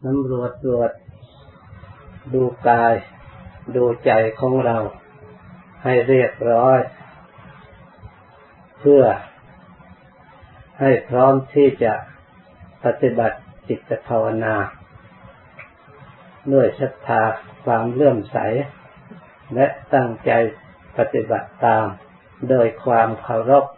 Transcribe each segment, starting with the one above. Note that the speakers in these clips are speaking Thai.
สำรวจตรวจดูกายดูใจของเราให้เรียบร้อยเพื่อให้พร้อมที่จะปฏิบัติจิตภาวนาด้วยศรัทธาความเลื่อมใสและตั้งใจปฏิบัติตามโดยความเคารพ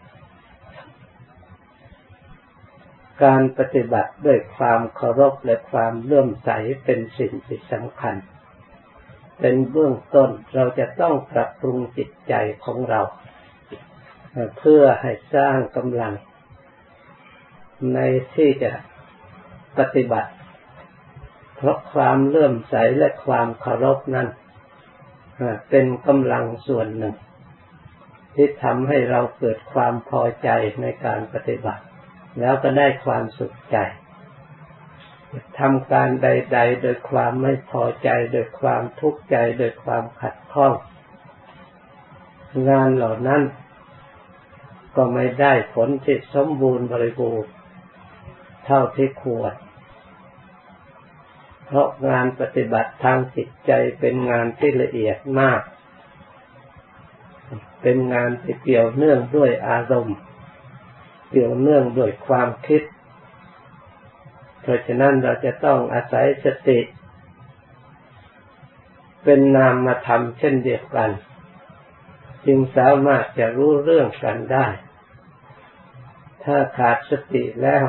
การปฏิบัติด้วยความเคารพและความเลื่อมใสเป็นสิ่งที่สำคัญเป็นเบื้องต้นเราจะต้องปรับปรุงจิตใจของเราเพื่อให้สร้างกำลังในที่จะปฏิบัติเพราะความเลื่อมใสและความเคารพนั้นเป็นกำลังส่วนหนึ่งที่ทำให้เราเกิดความพอใจในการปฏิบัติแล้วก็ได้ความสุขใจทำการใดๆโดยความไม่พอใจโดยความทุกข์ใจโดยความขัดข้องงานเหล่านั้นก็ไม่ได้ผลที่สมบูรณ์บริบูรณ์เท่าที่ควรเพราะงานปฏิบัติทางจิตใจเป็นงานที่ละเอียดมากเป็นงานที่เกี่ยวเนื่องด้วยอารมณ์เกี่ยวเนื่องด้วยความคิดเพราะฉะนั้นเราจะต้องอาศัยสติเป็นนามธรรมเช่นเดียวกันจึงสามารถจะรู้เรื่องกันได้ถ้าขาดสติแล้ว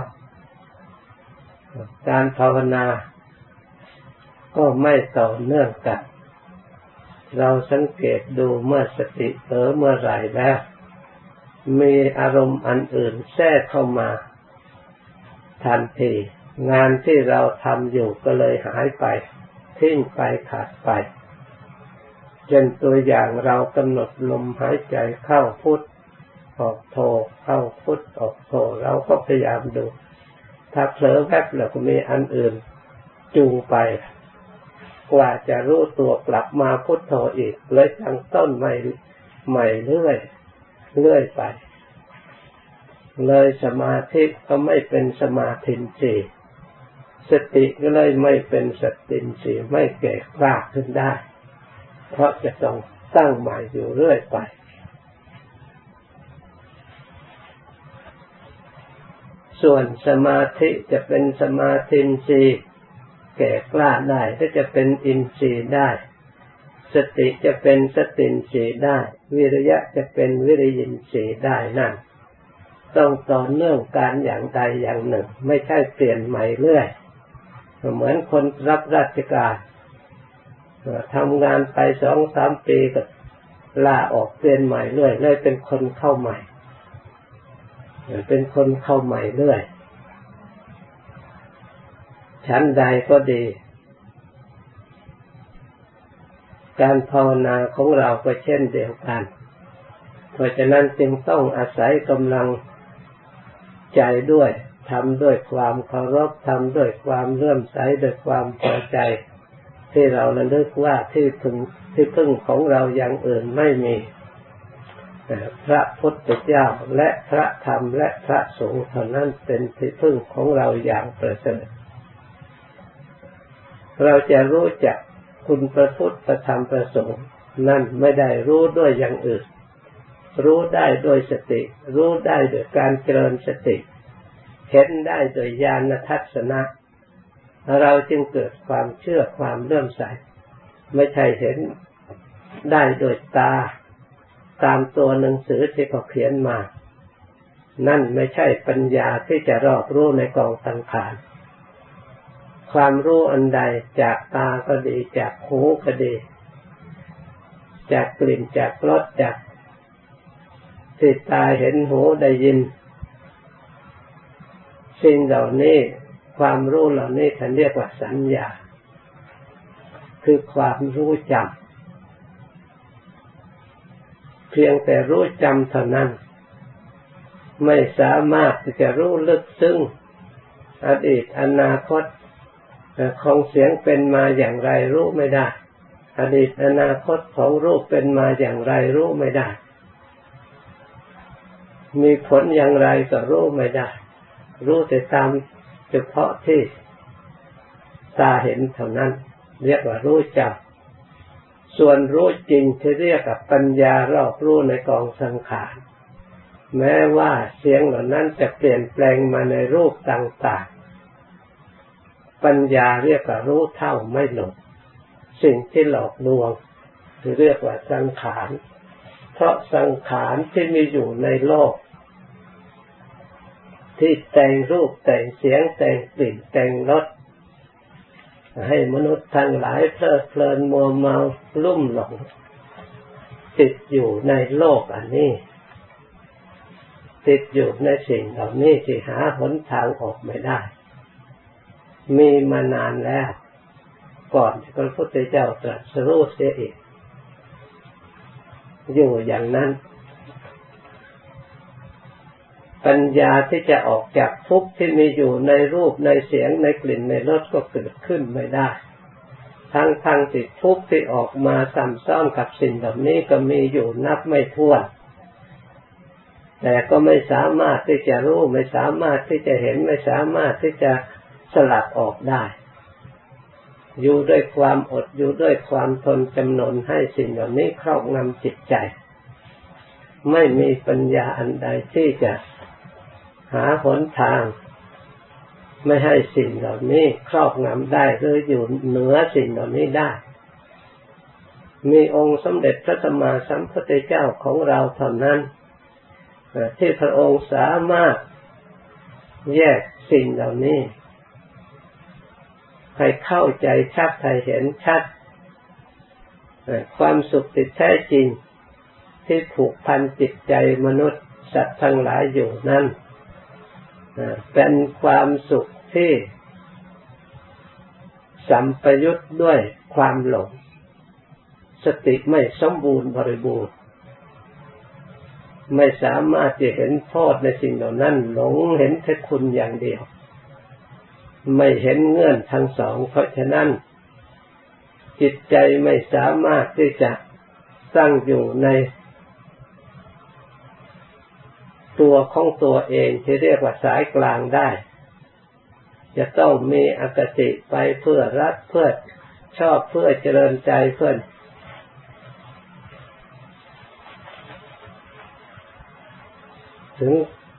การภาวนาก็ไม่ต่อเนื่องกันเราสังเกตดูเมื่อสติเมื่อไหร่แล้วมีอารมณ์อันอื่นแทรกเข้ามาทันทีงานที่เราทำอยู่ก็เลยหายไปทิ้งไปขาดไปเช่นตัวอย่างเรากำหนดลมหายใจเข้าพุทออกโทเข้าพุทออกโทเราก็พยายามดูถ้าเผลอแวบแล้วก็มีอันอื่นจูงไปกว่าจะรู้ตัวกลับมาพุทโธอีกเลยตั้งต้นใหม่เรื่อยไปเลยสมาธิก็ไม่เป็นสมาธิสี่สติก็เลยไม่เป็นสติสี่ไม่แก่กล้าขึ้นได้เพราะจะต้องตั้งใหม่อยู่เรื่อยไปส่วนสมาธิจะเป็นสมาธิสี่แก่กล้าได้ก็จะเป็นอินทรีย์ได้สติจะเป็นสติอินทรีย์ได้วิริยะจะเป็นวิริยินทรีย์ได้นั่นต้องต่อเนื่องการอย่างใดอย่างหนึ่งไม่ใช่เปลี่ยนใหม่เรื่อยเหมือนคนรับราชการทำงานไป 2-3 ปีก็ลาออกเปลี่ยนใหม่เรื่อยเลยเป็นคนเข้าใหม่เรื่อยชั้นใดก็ดีการภาวนาของเราก็เช่นเดียวกันเพราะฉะนั้นจึงต้องอาศัยกำลังใจด้วยทำด้วยความเคารพทำด้วยความเลื่อมใสด้วยความพอใจที่เราระลึกว่าที่พึ่งของเราอย่างอื่นไม่มีพระพุทธเจ้าและพระธรรมและพระสงฆ์เท่านั้นเป็นที่พึ่งของเราอย่างประเสริฐเราจะรู้จักคุณพระพุทธพระธรรมพระสงฆ์นั่นไม่ได้รู้ด้วยอย่างอื่นรู้ได้โดยสติรู้ได้โดยการเจริญสติเห็นได้โดยญาณทัศนะเราจึงเกิดความเชื่อความเลื่อมใสไม่ใช่เห็นได้โดยตาตามตัวหนังสือที่เขาเขียนมานั่นไม่ใช่ปัญญาที่จะรอบรู้ในกองสังขารความรู้อันใดจากตาก็ดีจากหูก็ดีจากกลิ่นจากรสจากที่ตาเห็นหูได้ยินสิ่งเหล่านี้ความรู้เหล่านี้ท่านเรียกว่าสัญญาคือความรู้จำเพียงแต่รู้จำเท่านั้นไม่สามารถที่จะรู้ลึกซึ้งอดีตอนาคตของเสียงเป็นมาอย่างไรรู้ไม่ได้อดีตอนาคตของรูปเป็นมาอย่างไรรู้ไม่ได้มีผลอย่างไรก็รู้ไม่ได้รู้แต่ตามเฉพาะที่ตาเห็นเท่านั้นเรียกว่ารู้จักส่วนรู้จริงที่เรียกว่าปัญญารอบรู้ในกองสังขารแม้ว่าเสียงเหล่านั้นจะเปลี่ยนแปลงมาในรูปต่างๆปัญญาเรียกว่ารู้เท่าไม่หลงสิ่งที่หลอกลวงเรียกว่าสังขารเพราะสังขารที่มีอยู่ในโลกที่แต่งรูปแต่งเสียงแต่งกลิ่นแต่งรสให้มนุษย์ทั้งหลายเพลิดเพลินมัวเมาลุ่มหลงติดอยู่ในโลกอันนี้ติดอยู่ในสิ่งเหล่านี้ที่หาหนทางออกไม่ได้มีมานานแล้วก่อนที่พระพุทธเจ้าตรัสรู้เสียอีกอยู่อย่างนั้นปัญญาที่จะออกจากทุกข์ที่มีอยู่ในรูปในเสียงในกลิ่นในรสก็เกิดขึ้นไม่ได้ทั้งที่ทุกข์ที่ออกมาซ้ำซ้อนกับสิ่งเหล่านี้ก็มีอยู่นับไม่ถ้วนแต่ก็ไม่สามารถที่จะรู้ไม่สามารถที่จะเห็นไม่สามารถที่จะสลัดออกได้อยู่ด้วยความอดอยู่ด้วยความทนจำนนให้สิ่งเหล่านี้ครอบงำจิตใจไม่มีปัญญาอันใดที่จะหาหนทางไม่ให้สิ่งเหล่านี้ครอบงำได้หรืออยู่เหนือสิ่งเหล่านี้ได้มีองค์สมเด็จพระสัมมาสัมพุทธเจ้าของเราเท่านั้นที่พระองค์สามารถแยกสิ่งเหล่านี้ให้เข้าใจชัดให้เห็นชัดความสุขที่แท้จริงที่ผูกพันจิตใจมนุษย์สัตว์ทั้งหลายอยู่นั้นเป็นความสุขที่สัมปยุตด้วยความหลงสติไม่สมบูรณ์บริบูรณ์ไม่สามารถจะเห็นโทษในสิ่งเหล่านั้นหลงเห็นแต่คุณอย่างเดียวไม่เห็นเงื่อนทั้งสองเพราะฉะนั้นจิตใจไม่สามารถที่จะตั้งอยู่ในตัวของตัวเองที่เรียกว่าสายกลางได้จะต้องมีอคติไปเพื่อรักเพื่อชอบเพื่อเจริญใจเพื่อถึง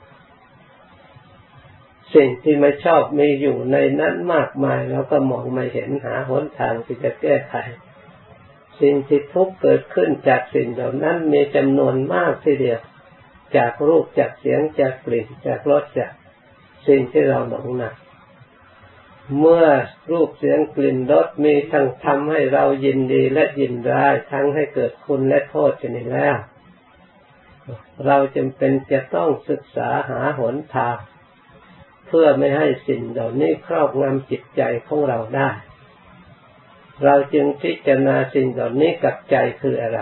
สิ่งที่ไม่ชอบมีอยู่ในนั้นมากมายเราก็มองไม่เห็นหาหนทางที่จะแก้ไขสิ่งที่ทุกข์เกิดขึ้นจากสิ่งเหล่านั้นมีจำนวนมากทีเดียวจากรูปจากเสียงจากกลิ่นจากรสจากสิ่งที่เราหลงน่ะเมื่อรูปเสียงกลิ่นรสมีทั้งทำให้เรายินดีและยินร้ายทั้งให้เกิดคุณและโทษกันนี้แล้วเราจำเป็นจะต้องศึกษาหาหนทางเพื่อไม่ให้สิ่งเหล่านี้ครอบงำจิตใจของเราได้เราจึงพิจารณาสิ่งเหล่านี้กับใจคืออะไร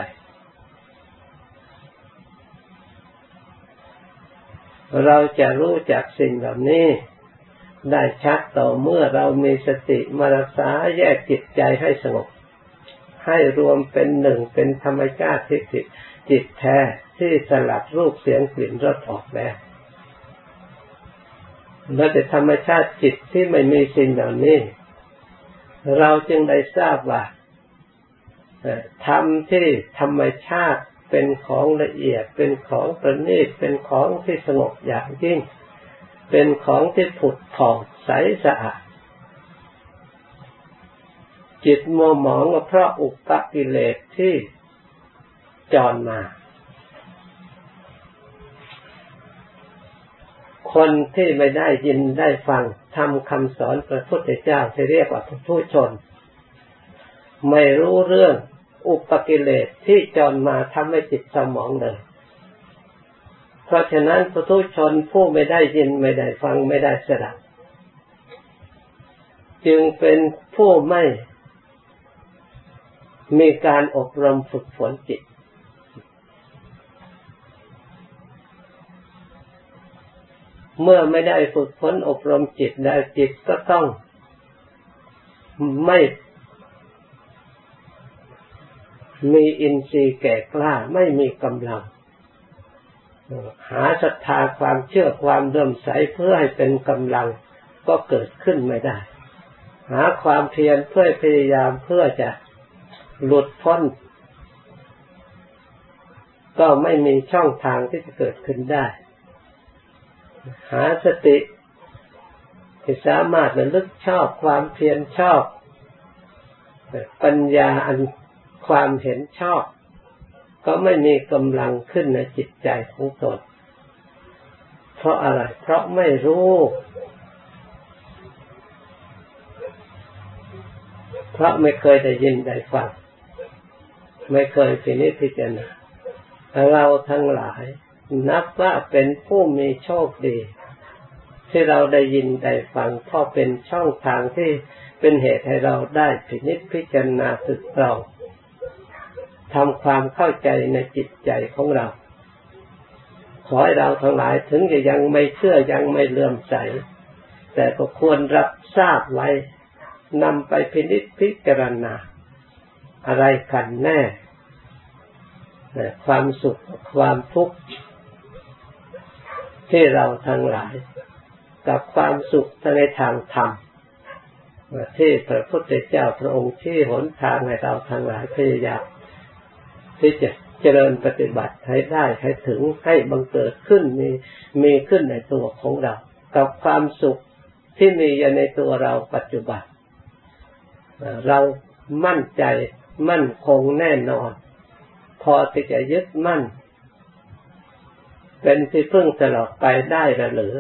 เราจะรู้จักสิ่งเหล่านี้ได้ชัดต่อเมื่อเรามีสติมารักษาแยกจิตใจให้สงบให้รวมเป็นหนึ่งเป็นธรรมชาติที่จิตแท้ที่สลัดรูปเสียงกลิ่นรสออกแล้วและแต่ธรรมชาติจิตที่ไม่มีสิ่งเหล่านี้เราจึงได้ทราบว่าธรรมที่ธรรมชาติเป็นของละเอียดเป็นของประณีตเป็นของที่สงบอย่างยิ่งเป็นของที่ผุดผ่องใสสะอาดจิตมัวหมองก็เพราะอุปกิเลสที่จรมาคนที่ไม่ได้ยินได้ฟังทำคำสอนพระพุทธเจ้าที่เรียกว่าผู้ชนไม่รู้เรื่องอุปกิเลสที่จรมาทำให้จิตเศร้าหมองเลยเพราะฉะนั้นผู้ทุชนผู้ไม่ได้ยินไม่ได้ฟังไม่ได้สดับจึงเป็นผู้ไม่มีการอบรมฝึกฝนจิตเมื่อไม่ได้ฝึกฝนอบรมจิตได้จิตก็ต้องไม่มีอินทรีย์แก่กล้าไม่มีกำลังหาศรัทธาความเชื่อความเลื่อมใสเพื่อให้เป็นกำลังก็เกิดขึ้นไม่ได้หาความเพียรเพื่อพยายามเพื่อจะหลุดพ้นก็ไม่มีช่องทางที่จะเกิดขึ้นได้หาสติที่สามารถระลึกชอบความเพียรชอบปัญญาอันความเห็นชอบก็ไม่มีกำลังขึ้นในจิตใจของตนเพราะอะไรเพราะไม่รู้เพราะไม่เคยได้ยินได้ฟังไม่เคยพินิจพิจารณาเราทั้งหลายนับว่าเป็นผู้มีโชคดีที่เราได้ยินได้ฟังเพราะเป็นช่องทางที่เป็นเหตุให้เราได้พินิจพิจารณาศึกเราทำความเข้าใจในจิตใจของเราขอให้เราทั้งหลายถึงจะยังไม่เชื่อยังไม่เลื่อมใสแต่ก็ควรรับทราบไว้นำไปพินิจพิจารณาอะไรกันแน่ความสุขความทุกข์ที่เราทั้งหลายกับความสุขในทางธรรมที่พระพุทธเจ้าพระองค์ที่หนทางให้เราทั้งหลายพยายามที่จะเจริญปฏิบัติให้ได้ให้ถึงให้บังเกิดขึ้นมีขึ้นในตัวของเรากับความสุขที่มีอยู่ในตัวเราปัจจุบันเรามั่นใจมั่นคงแน่นอนพอที่จะยึดมั่นเป็นที่พึ่งตลอดไปได้หรือ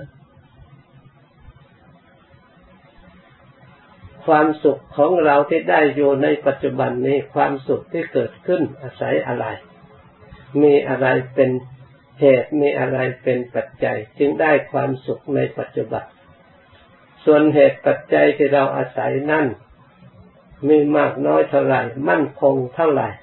ความสุขของเราที่ได้อยู่ในปัจจุบันนี้ความสุขที่เกิดขึ้นอาศัยอะไรมีอะไรเป็นเหตุมีอะไรเป็นปัจจัยจึงได้ความสุขในปัจจุบันส่วนเหตุปัจจัยที่เราอาศัยนั่นมีมากน้อยเท่าไหร่มั่นคงเท่าไหร่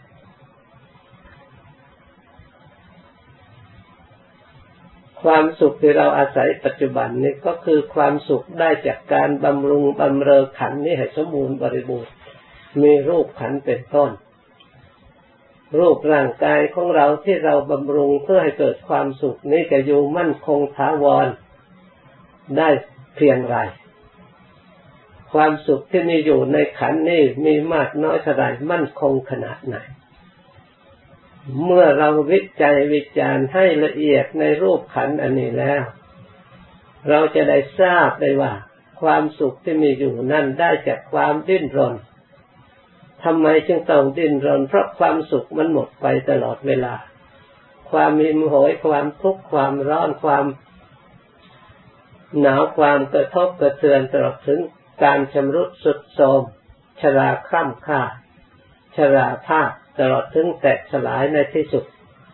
ความสุขที่เราอาศัยปัจจุบันนี้ก็คือความสุขได้จากการบำรุงบำเรอขันธ์นี้ให้สมบูรณ์บริบูรณ์มีรูปขันธ์เป็นต้นรูปร่างกายของเราที่เราบำรุงเพื่อให้เกิดความสุขนี้จะอยู่มั่นคงถาวรได้เพียงไรความสุขที่มีอยู่ในขันธ์นี้มีมากน้อยเท่าไรมั่นคงขนาดไหนเมื่อเราวิจัยวิจารณ์ให้ละเอียดในรูปขันธ์อันนี้แล้วเราจะได้ทราบได้ว่าความสุขที่มีอยู่นั่นได้จากความดิ้นรนทำไมจึงต้องดิ้นรนเพราะความสุขมันหมดไปตลอดเวลาความหิวโหยความทุกข์ความร้อนความหนาวความกระทบกระเทือนตลอดถึงการชำรุดทรุดโทรมชราคร่ำคร่าชราภาพตลอดถึงแตกสลายในที่สุด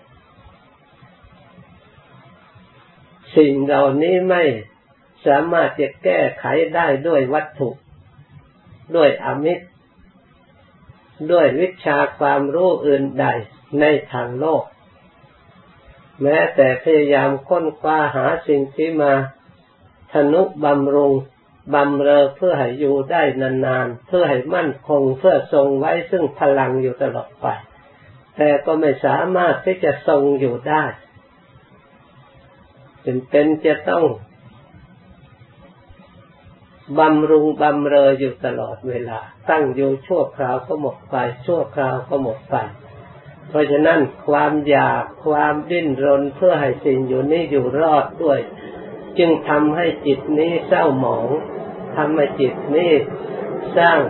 สิ่งเหล่านี้ไม่สามารถจะแก้ไขได้ด้วยวัตถุด้วยอามิตรด้วยวิชาความรู้อื่นใดในทางโลกแม้แต่พยายามค้นคว้าหาสิ่งที่มาทนุบำรุงบำเรอเพื่อให้อยู่ได้นานๆเพื่อให้มั่นคงเพื่อทรงไว้ซึ่งพลังอยู่ตลอดไปแต่ก็ไม่สามารถที่จะทรงอยู่ได้จึงเป็นจะต้องบำรุงบำเรออยู่ตลอดเวลาตั้งอยู่ชั่วคราวก็หมดไปชั่วคราวก็หมดไปเพราะฉะนั้นความอยากความดิ้นรนเพื่อให้สิ่งอยู่นี้อยู่รอดด้วยจึงทำให้จิตนี้เศร้าหมองทำให้จิตนี้สร้าง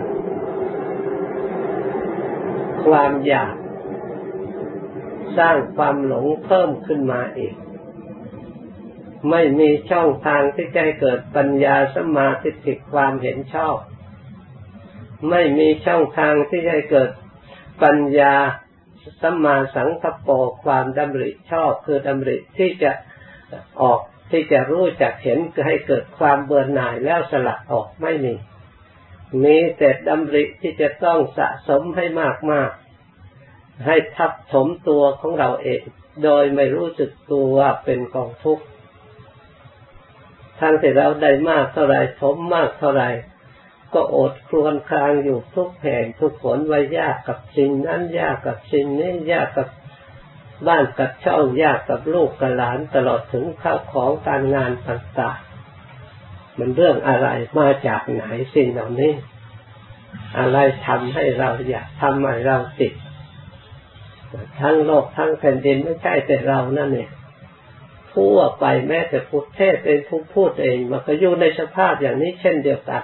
ความอยากสร้างความหลงเพิ่มขึ้นมาอีกไม่มีช่องทางที่จะให้เกิดปัญญาสัมมาทิฏฐิความเห็นชอบไม่มีช่องทางที่จะให้เกิดปัญญาสัมมาสังกัปโปความดำริชอบคือดำริที่จะออกที่จะรู้จักเห็นให้เกิดความเบื่อหน่ายแล้วสลัดออกไม่มีแต่ดำริที่จะต้องสะสมให้มากๆให้ทับถมตัวของเราเองโดยไม่รู้สึกตัวว่าเป็นกองทุกข์ทั้งที่เราได้มากเท่าไรถมมากเท่าไรก็อดครวญครางอยู่ทุกแห่งทุกหนว่ายากกับสิ่งนั้นยากกับสิ่งนี้ยากกับบ้านกับช่องยากกับลูกกับหลานตลอดถึงข้าวของการงานต่างๆมันเรื่องอะไรมาจากไหนสิ่งเหล่านี้อะไรทำให้เราอยากทำให้เราติดทั้งโลกทั้งแผ่นดินไม่ใช่แต่เรานั่นเองทั่วไปแม้แต่ผู้เทศเองผู้พูดเองมันก็อยู่ในสภาพอย่างนี้เช่นเดียวกัน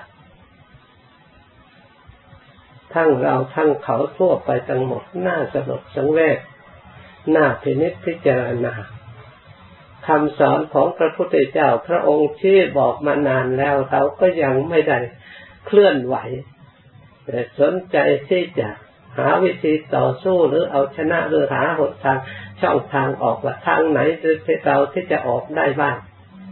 ทั้งเราทั้งเขาทั่วไปทั้งหมดน่าสลดสังเวชน่าพินิจพิจารณาคำสอนของพระพุทธเจ้าพระองค์ที่บอกมานานแล้วเราก็ยังไม่ได้เคลื่อนไหวแต่สนใจที่จะหาวิธีต่อสู้หรือเอาชนะหรือหาหนทางช่องทางออกว่าทางไหนที่เราที่จะออกได้บ้าง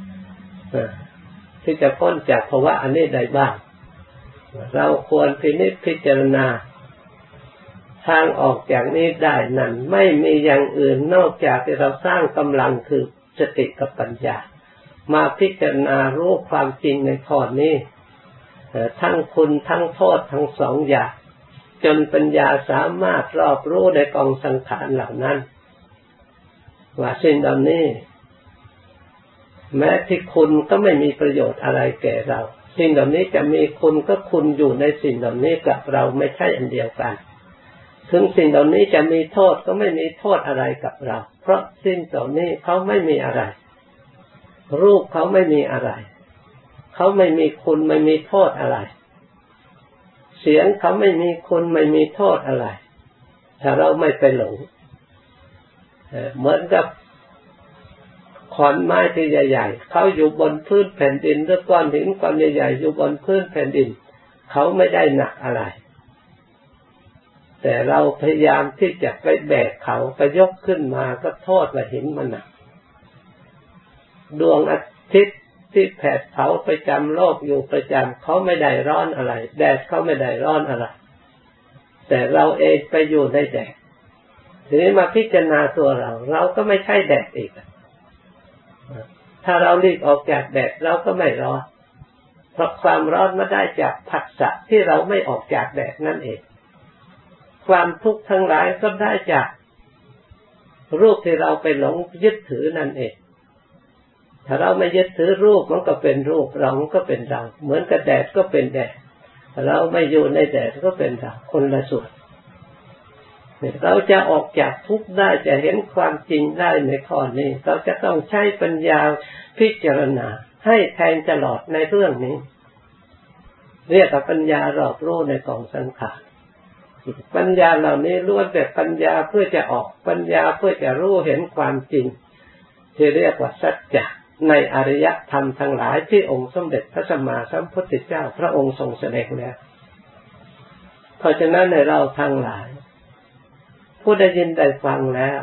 ที่จะพ้นจากภาวะอันนี้ได้บ้างเราควรพินิจพิจารณาทางออกจากนี้ได้นั้นไม่มีอย่างอื่นนอกจากที่เราสร้างกำลังคือสติกับปัญญามาพิจารณารู้ความจริงในข้อนี้ทั้งคุณทั้งโทษทั้งสองอย่างจนปัญญาสามารถรอบรู้ในกองสังขารเหล่านั้นว่าสิ่งเหล่านี้แม้ที่คุณก็ไม่มีประโยชน์อะไรแก่เราสิ่งเหล่านี้จะมีคุณก็คุณอยู่ในสิ่งเหล่านี้กับเราไม่ใช่อันเดียวกันถึงสิ่งเหล่านี้จะมีโทษก็ไม่มีโทษอะไรกับเราเพราะสิ่งเหล่านี้เขาไม่มีอะไรรูปเขาไม่มีอะไรเขาไม่มีคุณไม่มีโทษอะไรเสียงเขาไม่มีคุณไม่มีโทษอะไรถ้าเราไม่ไปหลงเหมือนกับขอนไม้ที่ใหญ่ๆเขาอยู่บนพื้นแผ่นดินหรือก้อนหินก้อนใหญ่ๆอยู่บนพื้นแผ่นดินเขาไม่ได้หนักอะไรแต่เราพยายามที่จะไปแบกเขาไปยกขึ้นมาก็โทษว่าหินมันหนักดวงอาทิตย์ที่แผดเผาประจำโลกอยู่ประจำเขาไม่ได้ร้อนอะไรแดดเขาไม่ได้ร้อนอะไรแต่เราเองไปอยู่ในแดดทีนี้มาพิจารณาตัวเราก็ไม่ใช่แดดอีกถ้าเราหลีกออกจากแดดเราก็ไม่ร้อนเพราะความร้อนมาได้จากผัสสะที่เราไม่ออกจากแดดนั่นเองความทุกข์ทั้งหลายก็ได้จากรูปที่เราไปหลงยึดถือนั่นเองถ้าเราไม่ยึดถือรูปมันก็เป็นรูปเราก็เป็นเราเหมือนกับแดดก็เป็นแดดเราไม่อยู่ในแดดก็เป็นเราคนละส่วนเราจะออกจากทุกข์ได้จะเห็นความจริงได้ในข้อนี้เราจะต้องใช้ปัญญาพิจารณาให้แทงตลอดในเรื่องนี้เรียกว่าปัญญารอบรู้ในกองสังขารปัญญาเหล่านี้ล้วนแต่ปัญญาเพื่อจะออกปัญญาเพื่อจะรู้เห็นความจริงที่เรียกว่าสัจจะในอริยธรรมทั้งหลายที่องค์สมเด็จพระสัมมาสัมพุทธเจ้าพระองค์ทรงแสดงแล้วเพราะฉะนั้นในเราทั้งหลายผู้ได้ยินได้ฟังแล้ว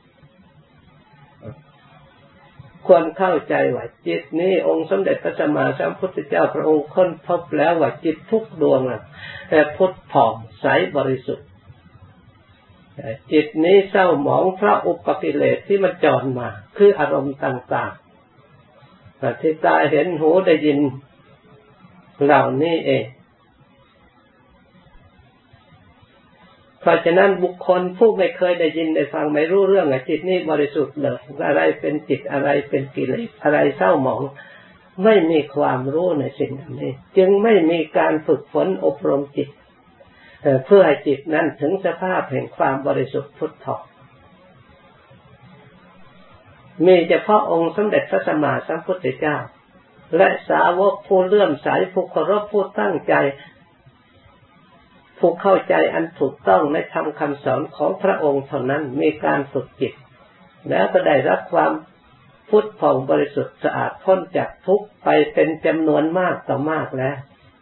ควรเข้าใจว่าจิตนี้องค์สมเด็จพระสัมมาสัมพุทธเจ้าพระองค์ค้นพบแล้วว่าจิตทุกดวงแต่พุทธผ่องใสบริสุทธิ์จิตนี้เศร้าหมองเพราะอุปกิเลสที่มันจรมาคืออารมณ์ต่างๆที่ตาเห็นหูได้ยินเหล่านี้เองเพราะฉะนั้นบุคคลผู้ไม่เคยได้ยินได้ฟังไม่รู้เรื่องจิตนี้บริสุทธิ์เลยอะไรเป็นจิตอะไรเป็นกิเลสอะไรเศร้าหมองไม่มีความรู้ในสิ่งนี้จึงไม่มีการฝึกฝนอบรมจิตเพื่อให้จิตนั้นถึงสภาพแห่งความบริสุทธิ์พุทธมีเฉพาะองค์สมเด็จพระสัมมาสัมพุทธเจ้าและสาวกผู้เลื่อมใสผู้เคารพผู้ตั้งใจผู้เข้าใจอันถูกต้องในธรรมคำสอนของพระองค์เท่านั้นมีการฝึกจิตแล้วก็ได้รับความพุทธผ่องบริสุทธิ์สะอาดพ้นจากทุกข์ไปเป็นจำนวนมากต่อมากแล้ว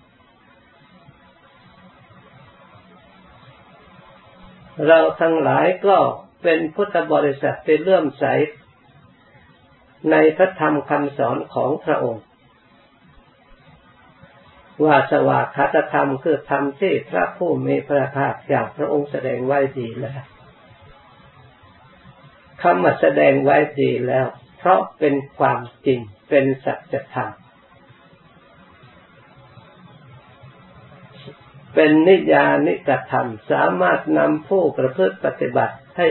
เราทั้งหลายก็เป็นพุทธบริษัทที่เลื่อมใสในพระธรรมคำสอนของพระองค์ว่าสวากขาตธรรมคือธรรมที่พระผู้มีพระภาคเจ้าพระองค์แสดงไว้ดีแล้วคำว่าแสดงไว้ดีแล้วเพราะเป็นความจริงเป็นสัจธรรมเป็นนิยานิกธรรมสามารถนำผู้ประพฤติปฏิบัติให้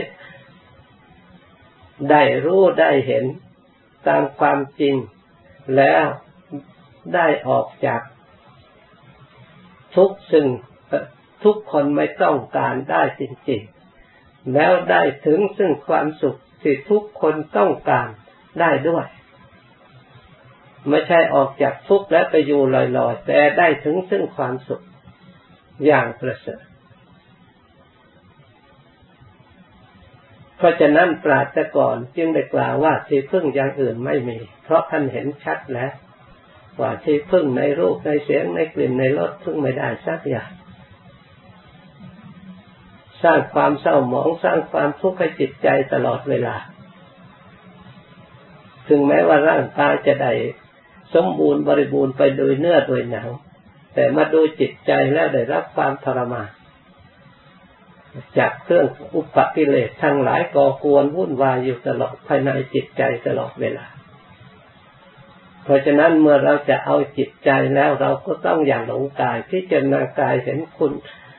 ได้รู้ได้เห็นตามความจริงแล้วได้ออกจากทุกข์ซึ่งทุกคนไม่ต้องการได้จริงๆแล้วได้ถึงซึ่งความสุขที่ทุกคนต้องการได้ด้วยไม่ใช่ออกจากทุกข์แล้วไปอยู่ลอยๆแต่ได้ถึงซึ่งความสุขอย่างประเสริฐเพราะฉะนั้นปราชญ์ก่อนจึงได้กล่าวว่าที่พึ่งอย่างอื่นไม่มีเพราะท่านเห็นชัดแล้วว่าที่พึ่งในรูปในเสียงในกลิ่นในรสพึ่งไม่ได้สักอย่างสร้างความเศร้าหมองสร้างความทุกข์ให้จิตใจตลอดเวลาถึงแม้ว่าร่างกายจะได้สมบูรณ์บริบูรณ์ไปโดยเนื้อโดยหนังแต่มาดูจิตใจแล้วได้รับความทรมานจากเครื่องอุปกิเลสทั้งหลายก่อกวนวุ่นวายอยู่ตลอดภายในจิตใจตลอดเวลาเพราะฉะนั้นเมื่อเราจะเอาจิตใจแล้วเราก็ต้องอย่าหลงกายพิจารณากายเห็นคุณ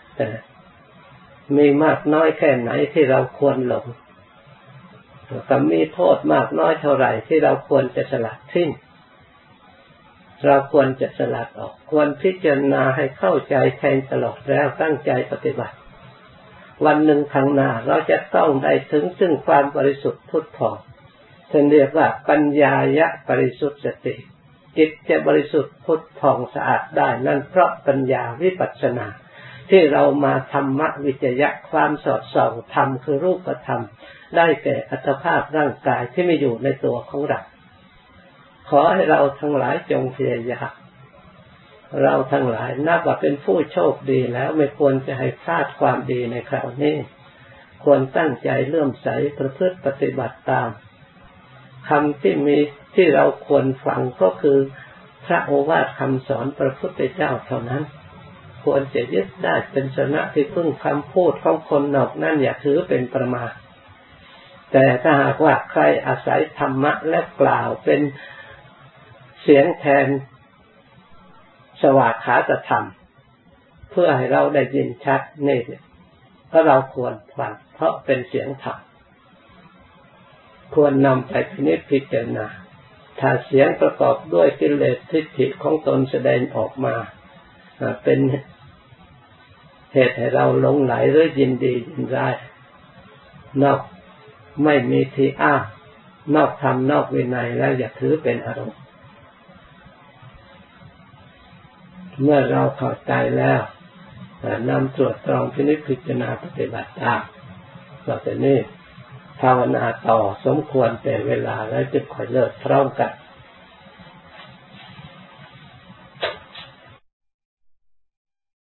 มีมากน้อยแค่ไหนที่เราควรหลงกับมีโทษมากน้อยเท่าไหร่ที่เราควรจะสลัดทิ้งเราควรจะสลัดออกควรพิจารณาให้เข้าใจแทงตลอดแล้วตั้งใจปฏิบัติวันหนึ่งข้างหน้าเราจะต้องได้ถึงซึ่งความบริสุทธิ์พุทโธท่านเรียกว่าปัญญายะบริสุทธิ์สติจิตจะบริสุทธิ์พุทโธสะอาดได้นั่นเพราะปัญญาวิปัสสนาที่เรามาธรรมวิจยะความสอดส่องธรรมคือรูปธรรมได้แก่อัตภาพร่างกายที่ไม่อยู่ในตัวของเราขอให้เราทั้งหลายจงพยายามเราทั้งหลายนับว่าเป็นผู้โชคดีแล้วไม่ควรจะให้พลาดความดีในคราวนี้ควรตั้งใจเลื่อมใสประพฤติปฏิบัติตามคำที่เราควรฟังก็คือพระโอวาทคำสอนพระพุทธเจ้าเท่านั้นควรจะยึดได้เป็นสนะที่พึ่งคำพูดของคนนอกนั่นอย่าถือเป็นประมาทแต่ถ้าหากว่าใครอาศัยธรรมะและกล่าวเป็นเสียงแทนสวากขาตธรรมเพื่อให้เราได้ยินชัดนี่เพราะเราควรฟังเพราะเป็นเสียงธรรมควรนำไปพิจารณาถ้าเสียงประกอบด้วยกิเลสทิฏฐิของตนแสดงออกมาเป็นเหตุให้เราหลงไหลหรือยินดียินร้ายนอกไม่มีที่อ้างนอกธรรมนอกวินัยแล้วอย่าถือเป็นอารมณ์เมื่อเราเข้าใจแล้วนำตรวจตรองพิจารณาปฏิบัติตามต่อจากนี้ภาวนาต่อสมควรแต่เวลาแล้วจึงค่อยเลิกพร้อมกัน